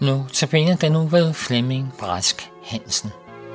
Nu tabiner den nu ved Flemming Brask Hansen.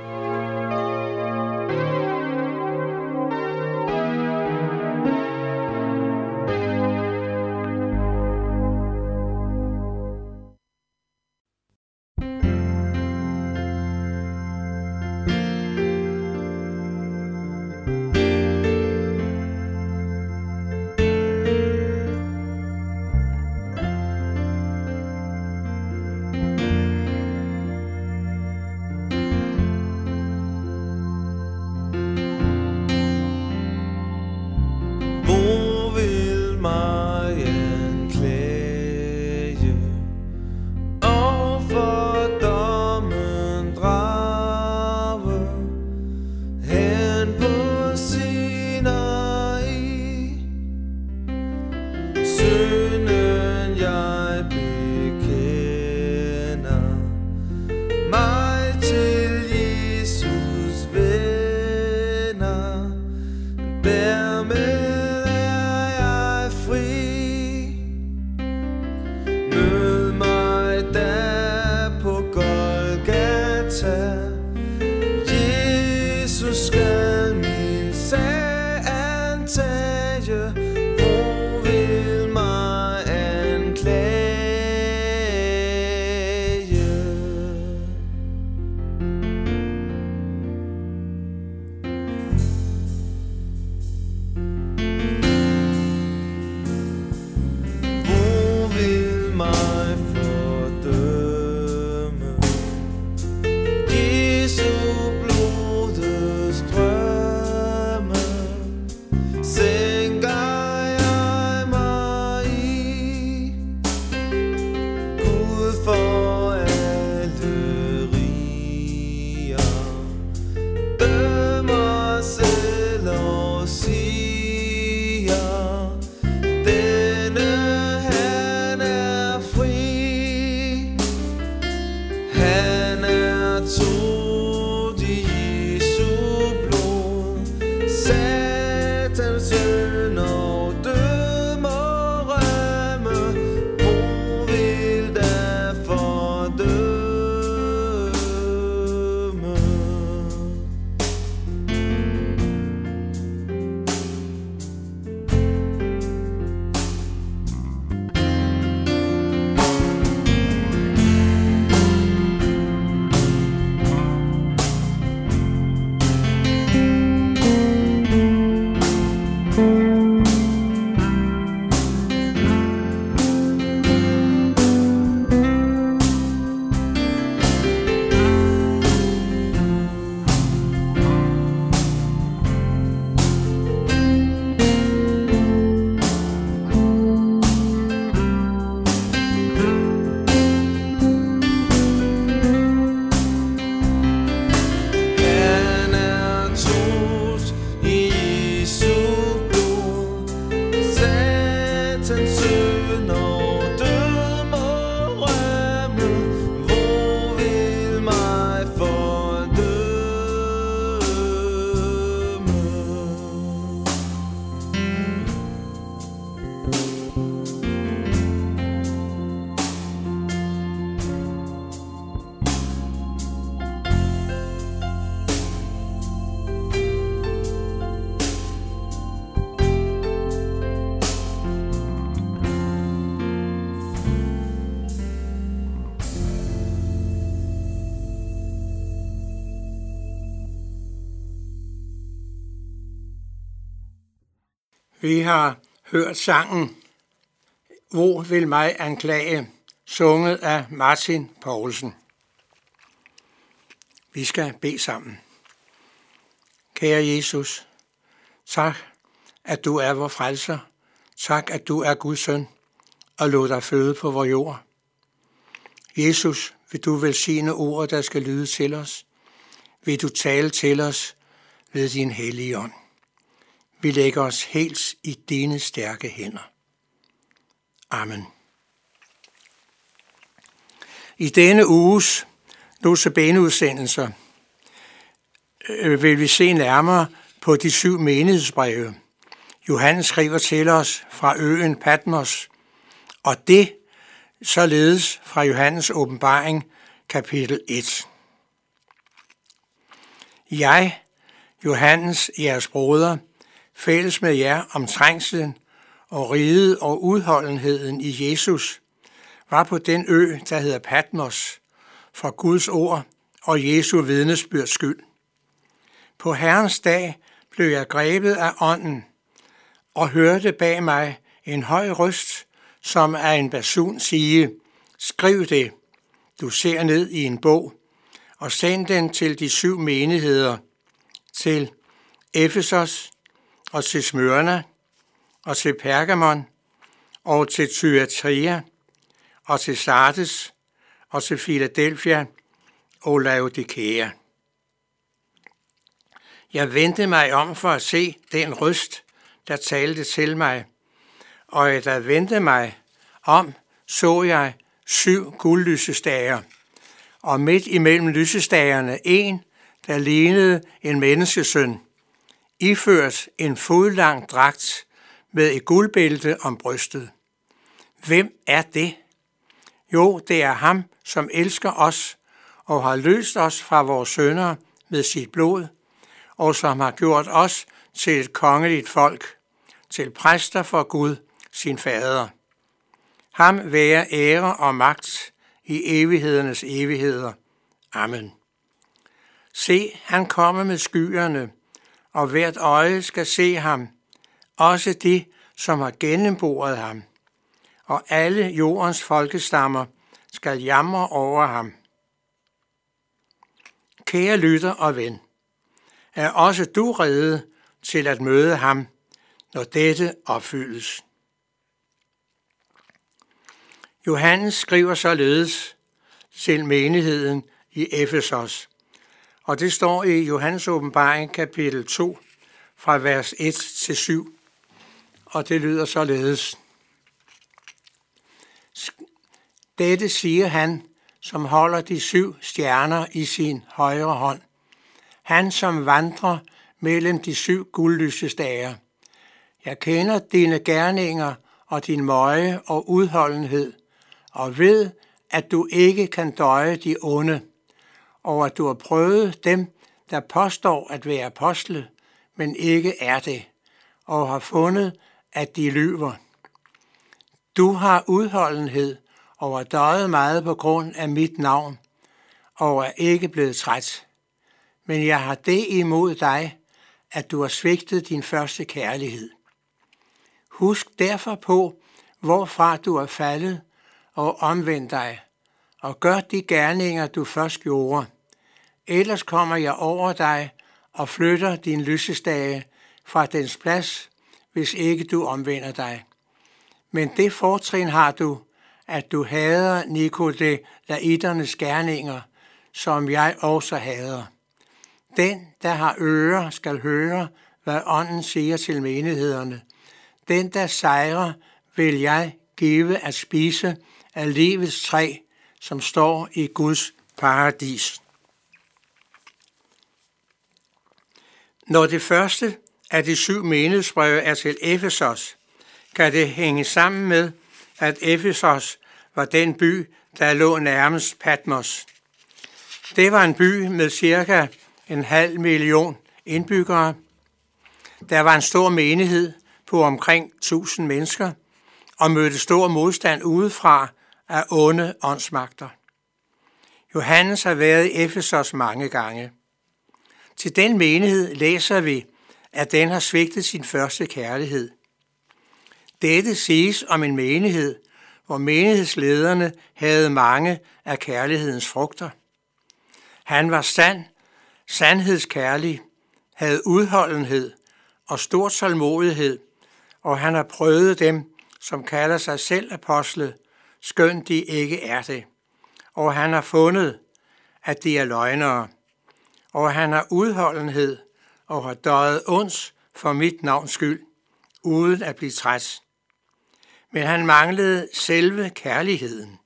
Synden jeg bekender mig til Jesus venner, dermed er jeg fri. Mød mig der på Golgata, Jesus skal min sag antage. Vi har hørt sangen Hvor vil mig anklage, sunget af Martin Poulsen. Vi skal bede sammen. Kære Jesus, tak, at du er vor frelser. Tak, at du er Guds søn og lod dig føde på vor jord. Jesus, vil du velsigne ordet, der skal lyde til os? Vil du tale til os ved din hellige ånd? Vi lægger os helt i dine stærke hænder. Amen. I denne uges notabene-udsendelser vil vi se nærmere på de 7 menighedsbreve. Johannes skriver til os fra øen Patmos, og det, således fra Johannes åbenbaring, kapitel 1. Jeg, Johannes, jeres broder, fælles med jer om trængslen og riget og udholdenheden i Jesus, var på den ø, der hedder Patmos, for Guds ord og Jesu vidnesbyrds skyld. På Herrens dag blev jeg grebet af ånden og hørte bag mig en høj røst, som af en basun sige, skriv det, du ser ned i en bog, og send den til de 7 menigheder, til Efesos og til Smyrna og til Pergamon og til Thyatira og til Sardes og til Philadelphia og Laodikea. Jeg vendte mig om for at se den røst, der talte til mig, og da jeg vendte mig om, så jeg 7 guldlysestager, og midt imellem lysestagerne en, der lignede en menneskesøn, iført en fodlang dragt med et guldbælte om brystet. Hvem er det? Jo, det er ham, som elsker os og har løst os fra vores synder med sit blod, og som har gjort os til et kongeligt folk, til præster for Gud, sin fader. Ham være ære og magt i evighedernes evigheder. Amen. Se, han kommer med skyerne, og hvert øje skal se ham, også de, som har gennemboret ham, og alle jordens folkestammer skal jamre over ham. Kære lytter og ven, er også du rede til at møde ham, når dette opfyldes? Johannes skriver således til menigheden i Efesos, og det står i Johannes åbenbaring kapitel 2 fra vers 1-7, og det lyder således. Dette siger han, som holder de 7 stjerner i sin højre hånd. Han, som vandrer mellem de 7 guldlysestager. Jeg kender dine gerninger og din møje og udholdenhed, og ved, at du ikke kan døje de onde, og at du har prøvet dem, der påstår at være apostle, men ikke er det, og har fundet, at de lyver. Du har udholdenhed og har døjet meget på grund af mit navn, og er ikke blevet træt. Men jeg har det imod dig, at du har svigtet din første kærlighed. Husk derfor på, hvorfra du er faldet, og omvend dig, og gør de gerninger, du først gjorde. Ellers kommer jeg over dig og flytter din lysestage fra dens plads, hvis ikke du omvender dig. Men det fortrin har du, at du hader nikolaiternes gerninger, som jeg også hader. Den, der har ører, skal høre, hvad ånden siger til menighederne. Den, der sejrer, vil jeg give at spise af livets træ, som står i Guds paradis. Når det første af de 7 menighedsbreve er til Efesos, kan det hænge sammen med, at Efesos var den by, der lå nærmest Patmos. Det var en by med cirka 500.000 indbyggere. Der var en stor menighed på omkring 1000 mennesker og mødte stor modstand udefra af onde åndsmagter. Johannes har været i Efesos mange gange. Til den menighed læser vi, at den har svigtet sin første kærlighed. Dette siges om en menighed, hvor menighedslederne havde mange af kærlighedens frugter. Han var sandhedskærlig, havde udholdenhed og stor tålmodighed, og han har prøvet dem, som kalder sig selv apostle, skønt de ikke er det. Og han har fundet, at de er løgnere. Og han har udholdenhed og har døjet ondt for mit navns skyld, uden at blive træt. Men han manglede selve kærligheden.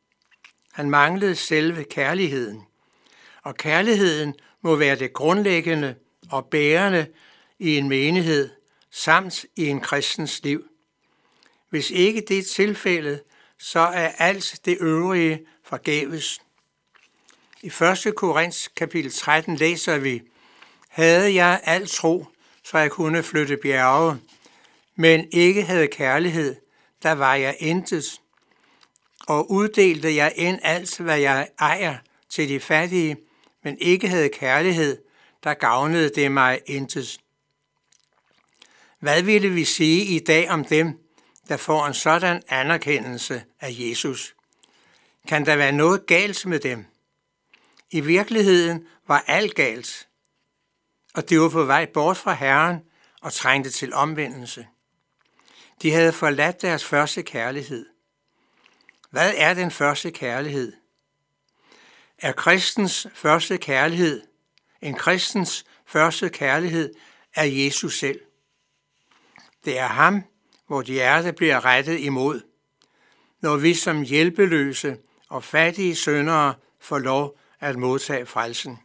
Og kærligheden må være det grundlæggende og bærende i en menighed samt i en kristens liv. Hvis ikke det er tilfældet, så er alt det øvrige forgæves. I 1. Korinth kapitel 13 læser vi: Havde jeg al tro, så jeg kunne flytte bjerge, men ikke havde kærlighed, der var jeg intet. Og uddelte jeg end alt, hvad jeg ejer, til de fattige, men ikke havde kærlighed, der gavnede det mig intet. Hvad ville vi sige i dag om dem, der får en sådan anerkendelse af Jesus? Kan der være noget galt med dem? I virkeligheden var alt galt, og de var på vej bort fra Herren og trængte til omvendelse. De havde forladt deres første kærlighed. Hvad er den første kærlighed? Er kristens første kærlighed? En kristens første kærlighed er Jesus selv. Det er ham, hvor hjerte bliver rettet imod, når vi som hjælpeløse og fattige syndere får lov at modtage frelsen.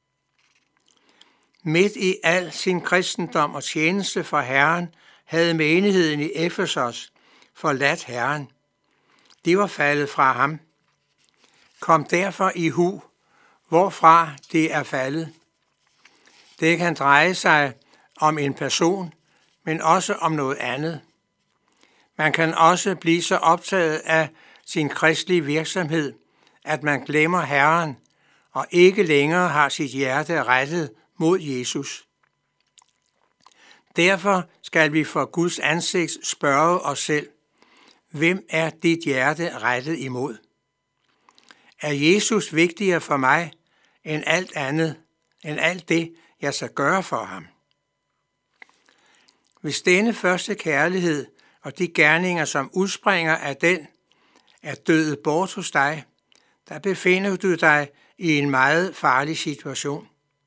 Midt i al sin kristendom og tjeneste for Herren havde menigheden i Efesos forladt Herren. De var faldet fra ham. Kom derfor i hu, hvorfra det er faldet. Det kan dreje sig om en person, men også om noget andet. Man kan også blive så optaget af sin kristelige virksomhed, at man glemmer Herren og ikke længere har sit hjerte rettet mod Jesus. Derfor skal vi for Guds ansigt spørge os selv: hvem er dit hjerte rettet imod? Er Jesus vigtigere for mig end alt andet, end alt det, jeg skal gøre for ham? Hvis denne første kærlighed og de gerninger, som udspringer af den, er døde bort hos dig, der befinder du dig i en meget farlig situation.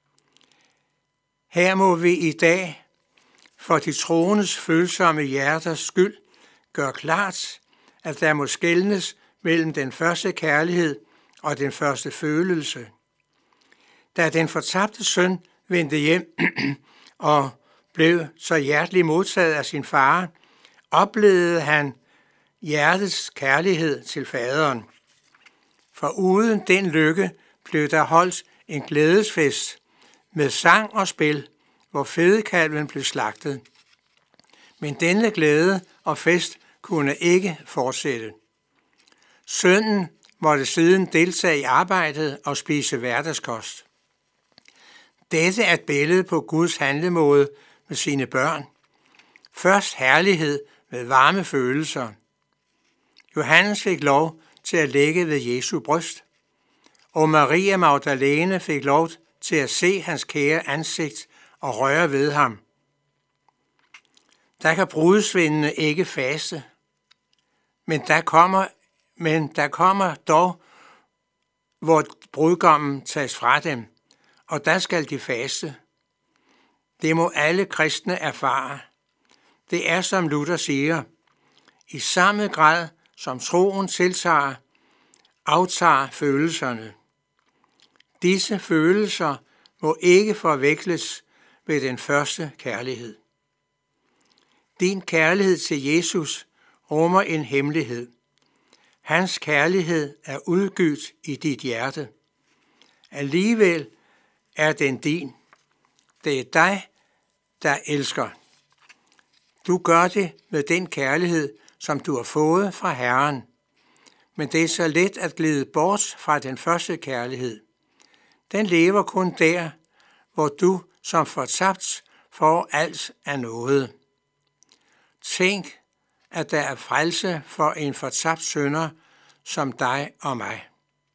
Her må vi i dag, for de troendes følsomme hjerters skyld, gøre klart, at der må skelnes mellem den første kærlighed og den første følelse. Da den fortabte søn vendte hjem og blev så hjertelig modtaget af sin far, oplevede han hjertets kærlighed til faderen. For uden den lykke blev der holdt en glædesfest med sang og spil, hvor fedekalven blev slagtet. Men denne glæde og fest kunne ikke fortsætte. Sønnen måtte siden deltage i arbejdet og spise hverdagskost. Dette er et billede på Guds handlemåde med sine børn. Først herlighed med varme følelser. Johannes fik lov til at ligge ved Jesu bryst, og Maria Magdalene fik lov til at se hans kære ansigt og røre ved ham. Der kan brudsvindene ikke faste, men der kommer dog, hvor brudgommen tages fra dem, og der skal de faste. Det må alle kristne erfare. Det er, som Luther siger: i samme grad som troen tiltager, aftager følelserne. Disse følelser må ikke forveksles med den første kærlighed. Din kærlighed til Jesus rummer en hemmelighed. Hans kærlighed er udgydt i dit hjerte. Alligevel er den din. Det er dig, der elsker. Du gør det med den kærlighed, som du har fået fra Herren. Men det er så let at glide bort fra den første kærlighed. Den lever kun der, hvor du som fortabt får alt af noget. Tænk, at der er frelse for en fortabt synder som dig og mig.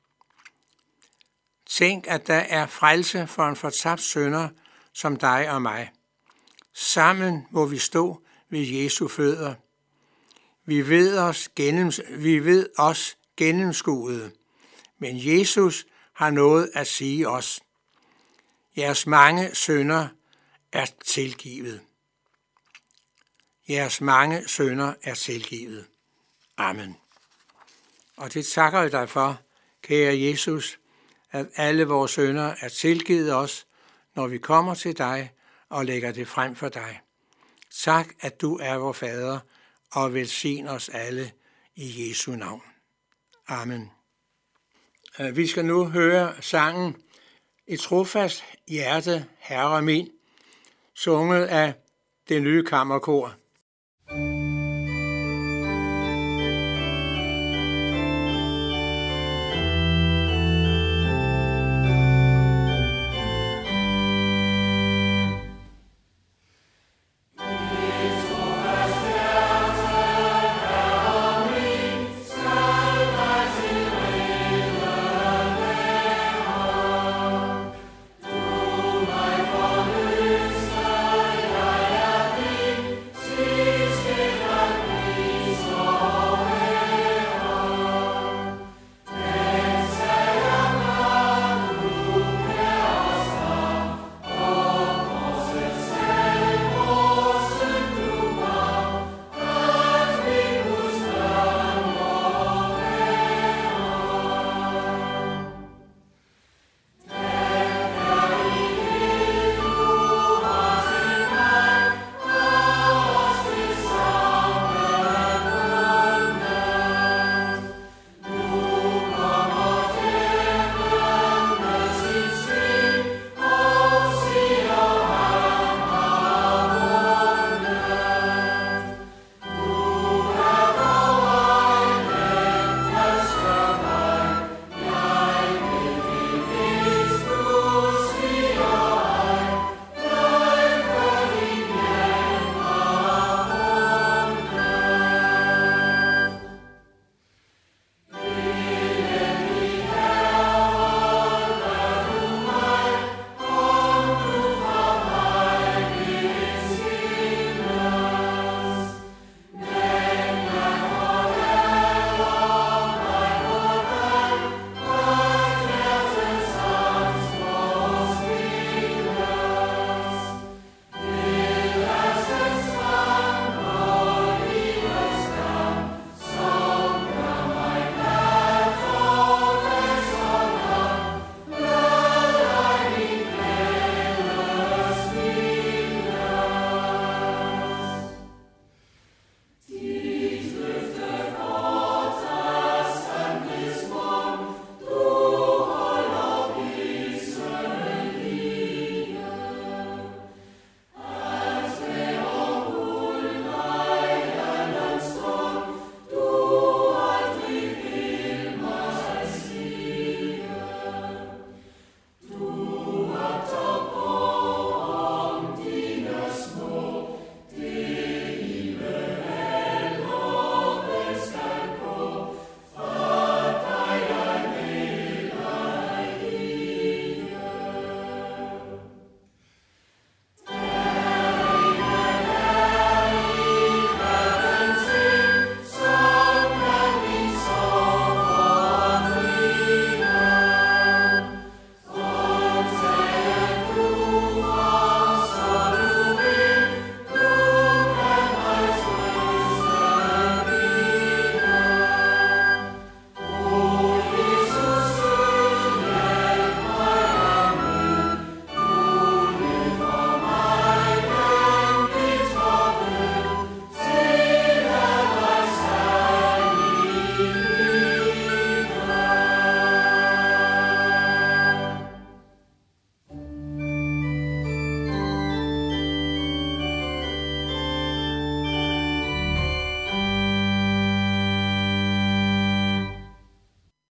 Tænk, at der er frelse for en fortabt synder som dig og mig. Sammen må vi stå ved Jesu fødder. Vi ved os gennemskuede, men Jesus har noget at sige os. Jeres mange synder er tilgivet. Jeres mange synder er tilgivet. Amen. Og det takker jeg dig for, kære Jesus, at alle vores synder er tilgivet os, når vi kommer til dig og lægger det frem for dig. Tak, at du er vor Fader, og velsign os alle i Jesu navn. Amen. Vi skal nu høre sangen Et trofast hjerte, Herre min, sunget af det nye kammerkor.